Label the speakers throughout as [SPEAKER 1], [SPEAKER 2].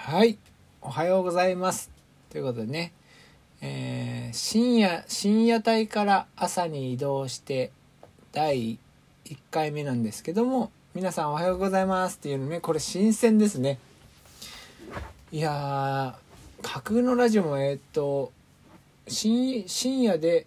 [SPEAKER 1] はい、おはようございます。ということでね、深夜帯から朝に移動して第1回目なんですけども、皆さんおはようございますっていうのね、これ新鮮ですね。いやー、架空のラジオも深夜で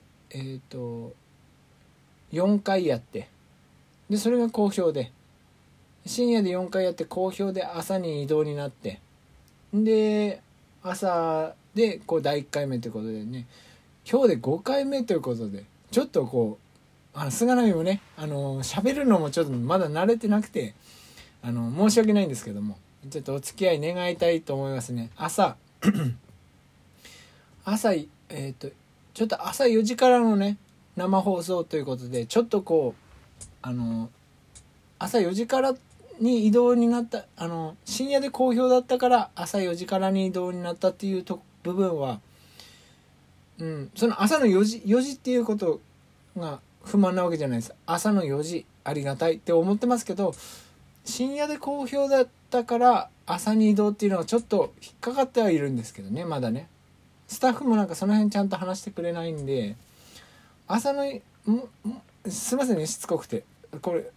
[SPEAKER 1] 4回やって、でそれが好評で、深夜で4回やって好評で朝に移動になって、で朝で第1回目ということでね、今日で5回目ということで、ちょっと菅波もね、喋るのもちょっとまだ慣れてなくて、申し訳ないんですけども、ちょっとお付き合い願いたいと思いますね。朝ちょっと朝4時からのね生放送ということで、ちょっと朝4時からに移動になった、深夜で好評だったから朝4時からに移動になったっていう部分は、その朝の4時っていうことが不満なわけじゃないです。朝の4時ありがたいって思ってますけど、深夜で好評だったから朝に移動っていうのはちょっと引っかかってはいるんですけどね。まだね、スタッフもなんかその辺ちゃんと話してくれないんで、すいませんね、しつこくて。これ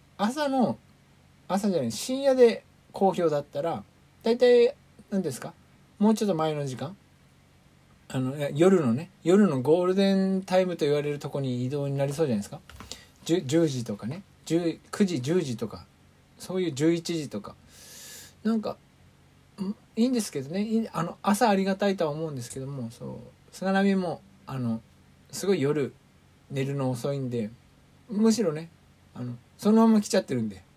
[SPEAKER 1] 深夜で好評だったらだいたい何ですか、もうちょっと前の時間、夜のゴールデンタイムと言われるとこに移動になりそうじゃないですか。10時とかね、9時10時とか、そういう11時とか、なんかいいんですけどね、朝ありがたいとは思うんですけども、菅波もすごい夜寝るの遅いんで、むしろねそのまま来ちゃってるんで、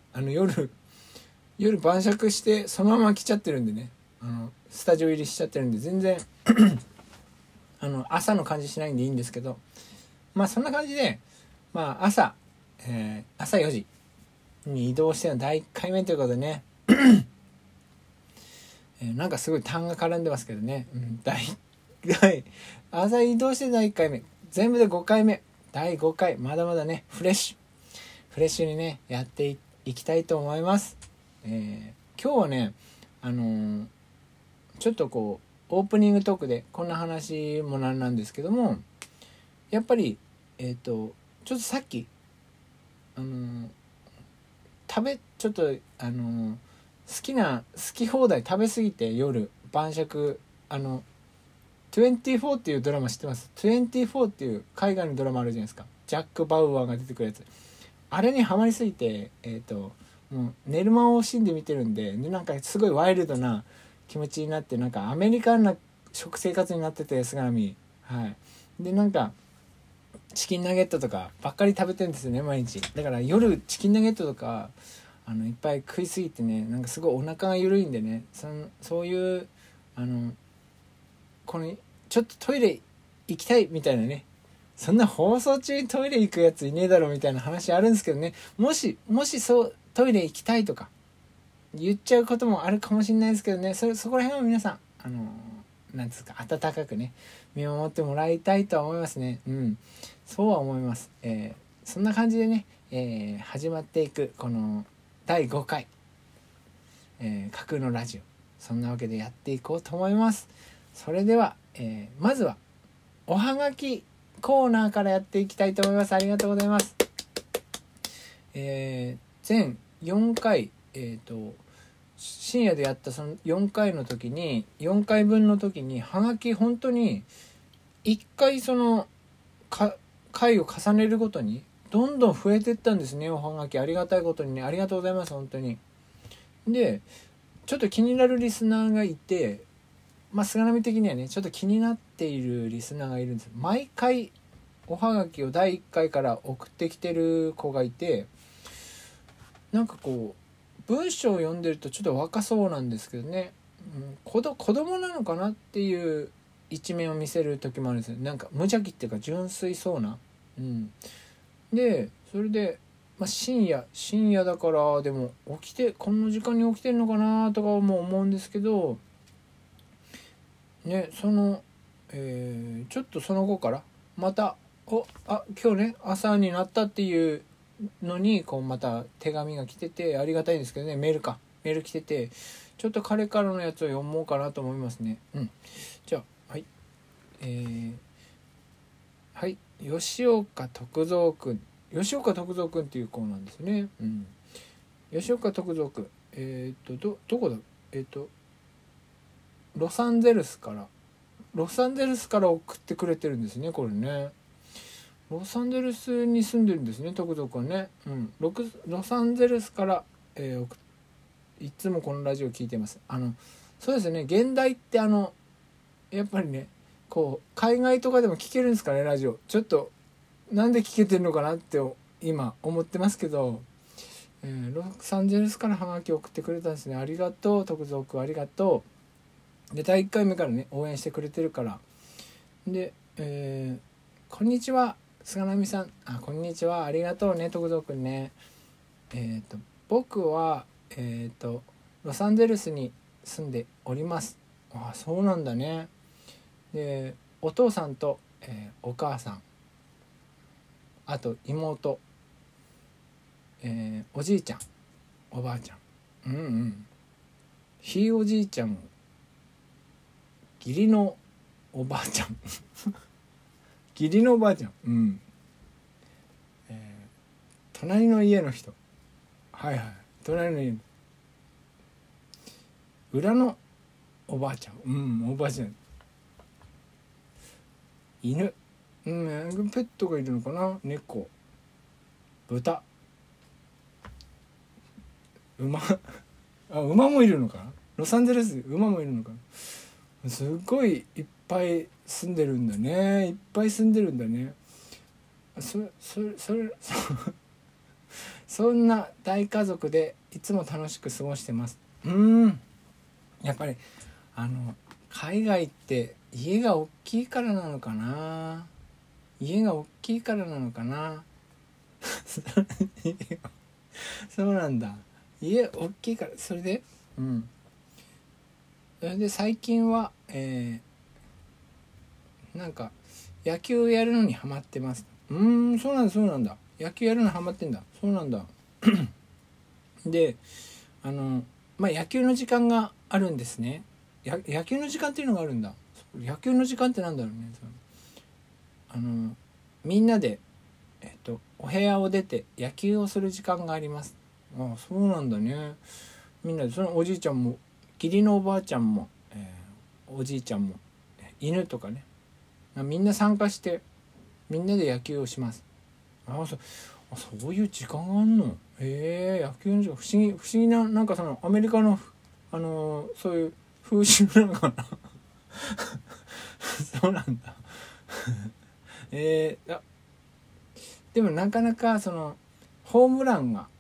[SPEAKER 1] 夜晩酌してそのまま来ちゃってるんでね、スタジオ入りしちゃってるんで、全然朝の感じしないんでいいんですけど、そんな感じで、朝4時に移動しての第1回目ということでねなんかすごい単が絡んでますけどね、朝移動して第1回目、全部で5回目、第5回、まだまだねフレッシュにねやっていきたいと思います。今日はねちょっとオープニングトークでこんな話もなんですけども、やっぱりちょっとさっきちょっと好き放題食べ過ぎて、夜晩酌24っていうドラマ知ってます？ 24っていう海外のドラマあるじゃないですか。ジャック・バウアーが出てくるやつ、あれにハマりすぎてもう寝る間を惜しんで見てるんで、なんかすごいワイルドな気持ちになって、なんかアメリカンな食生活になってて、菅波、でなんかチキンナゲットとかばっかり食べてるんですよね、毎日。だから夜チキンナゲットとかいっぱい食いすぎてね、なんかすごいお腹が緩いんでね、そういうこのちょっとトイレ行きたいみたいなね、そんな放送中にトイレ行くやついねえだろみたいな話あるんですけどね、もしそうトイレ行きたいとか言っちゃうこともあるかもしれないですけどね、そこら辺は皆さんなんですか、温かくね見守ってもらいたいとは思いますね。そうは思います。そんな感じでね、始まっていくこの第5回、架空のラジオ、そんなわけでやっていこうと思います。それでは、まずはおはがきコーナーからやっていきたいと思います。ありがとうございます。全4回深夜でやったその4回の時に、4回分の時にはがき本当に1回回を重ねるごとにどんどん増えていったんですね。おはがきありがたいことにね、ありがとうございます本当に。でちょっと気になるリスナーがいて、菅波的にはねちょっと気になっているリスナーがいるんです。毎回おはがきを第1回から送ってきてる子がいて、なんか文章を読んでるとちょっと若そうなんですけどね、子供なのかなっていう一面を見せる時もあるんですよ。なんか無邪気っていうか純粋そうな、でそれで、深夜だから、でもこの時間に起きてるのかなとかも思うんですけどね、ちょっとその後からまた今日ね朝になったっていうのにまた手紙が来てて、ありがたいんですけどね、メール来てて、 ちょっと彼からのやつを読もうかなと思いますね。じゃあはい、はい、吉岡徳三くんっていう子なんですね。吉岡徳三くん、どこだ、ロサンゼルスから送ってくれてるんですね、これね。ロサンゼルスに住んでるんですね、徳三くんね。ロサンゼルスから、いつもこのラジオ聞いてます。そうですね、現代ってやっぱりね、こう海外とかでも聞けるんですかね、ラジオ。ちょっとなんで聞けてるのかなって今思ってますけど、ロサンゼルスからハガキ送ってくれたんですね。ありがとう徳三くん、ありがとう。で第1回目からね応援してくれてるから。で、こんにちは菅波さん。こんにちは、ありがとうね徳三くんね。僕はロサンゼルスに住んでおります。そうなんだね。でお父さんと、お母さん、あと妹、おじいちゃん、おばあちゃん、ひいおじいちゃん、義理のおばあちゃん義理のおばあちゃん、隣の家の人、隣の家の裏のおばあちゃん、おばあちゃん、犬、ペットがいるのかな、猫、豚、馬もいるのかな、ロサンゼルス馬もいるのかな。すごいいっぱい住んでるんだね。そんな大家族でいつも楽しく過ごしてます。やっぱり海外って家が大きいからなのかな。そうなんだ、家大きいから。それで最近は、なんか野球やるのにハマってます。そうなんだ、野球やるのハマってんだ。そうなんだで野球の時間があるんですね。野球の時間っていうのがあるんだ。野球の時間ってなんだろうね。みんなで、お部屋を出て野球をする時間があります。そうなんだね。みんなで、そのおじいちゃんも義理のおばあちゃんも、おじいちゃんも犬とかね、みんな参加してみんなで野球をします。そういう時間があんの。野球の時間、不思議な、なんかそのアメリカのそういう風習なのかなそうなんだでもなかなかそのホームランが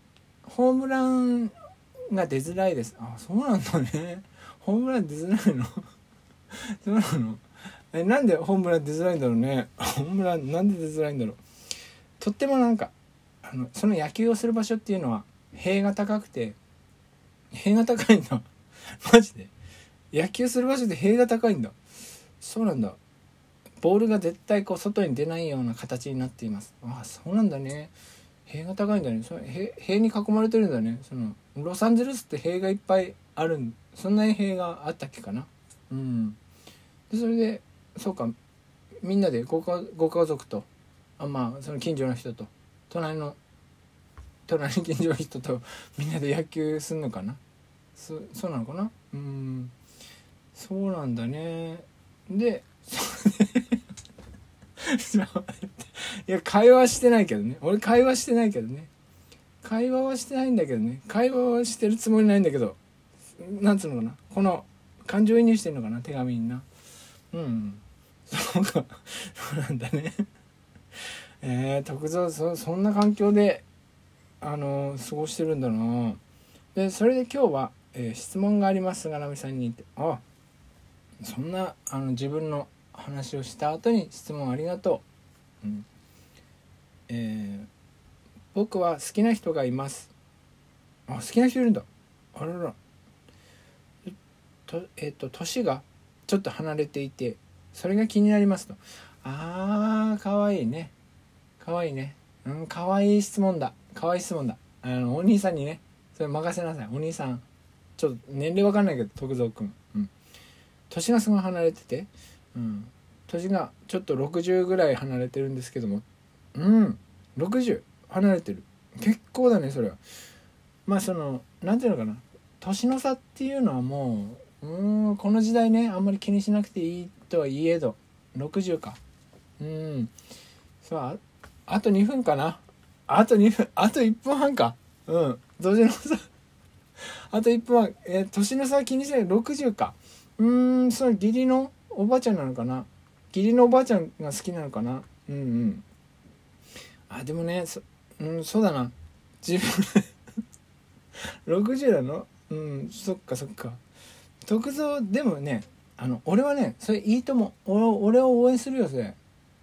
[SPEAKER 1] 出づらいです。そうなんだね。ホームラン出づらいのそうなの。なんでホームラン出づらいんだろうね。ホームランなんで出づらいんだろう。とってもなんかその野球をする場所っていうのは塀が高いんだマジで野球する場所で塀が高いんだ。そうなんだ。ボールが絶対外に出ないような形になっています。そうなんだね。塀が高いんだね。塀に囲まれてるんだね。そのロサンゼルスって塀がいっぱいある。そんなに塀があったっけかな。でそれでそうか、みんなでご家族とその近所の人と隣近所の人とみんなで野球すんのかな。そうなのかな。そうなんだね。でいや会話はしてないけどね。会話はしてないんだけどね。会話はしてるつもりないんだけど、なんつうのかな、この感情移入してんのかな、手紙にな。そうかそうなんだね。徳蔵、そんな環境で過ごしてるんだな。でそれで今日は、質問があります。菅波さんにって。そんな自分の話をした後に質問ありがとう。僕は好きな人がいます。好きな人いるんだ。あらら。年がちょっと離れていてそれが気になりますと。かわいいね。かわいい質問だ。お兄さんにねそれ任せなさい。お兄さんちょっと年齢わかんないけど徳蔵くん、年がすごい離れてて、年がちょっと60ぐらい離れてるんですけども、60離れてる、結構だねそれは。まあそのなんていうのかな、年の差っていうのはもうこの時代ねあんまり気にしなくていいとはいえど60か、そうあと2分かな、あと2分、あと1分半か、年の差あと1分半、年の差気にしない、60か、その義理のおばあちゃんなのかな、義理のおばあちゃんが好きなのかな、でもねそうだな、自分60なの、そっか徳蔵でもね、俺はねそれいいと思う、俺を応援するよそれ。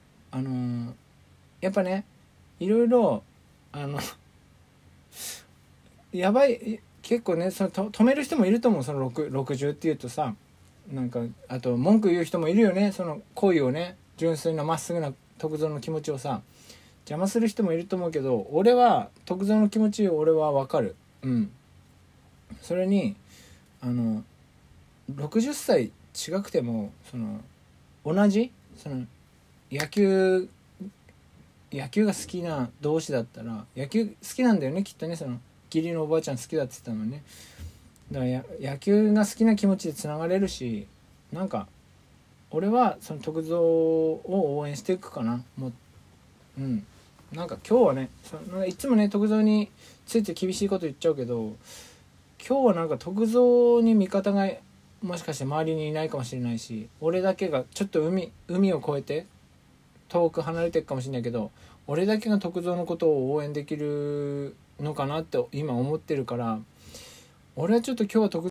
[SPEAKER 1] やっぱねいろいろやばい、結構ねその止める人もいると思う、その60っていうとさ、なんかあと文句言う人もいるよね、その恋をね、純粋なまっすぐな徳蔵の気持ちをさ邪魔する人もいると思うけど、俺は徳蔵の気持ち俺は分かる。それに60歳違くてもその同じその野球が好きな同士だったら、野球好きなんだよねきっとね、その義理のおばあちゃん好きだって言ってたのね。だから野球が好きな気持ちでつながれるし、なんか俺はその徳蔵を応援していくかな、もうなんか今日はねいつもね徳蔵について厳しいこと言っちゃうけど、今日はなんか徳蔵に味方がもしかして周りにいないかもしれないし、俺だけがちょっと海を越えて遠く離れていくかもしれないけど、俺だけが徳蔵のことを応援できるのかなって今思ってるから、俺はちょっと今日は徳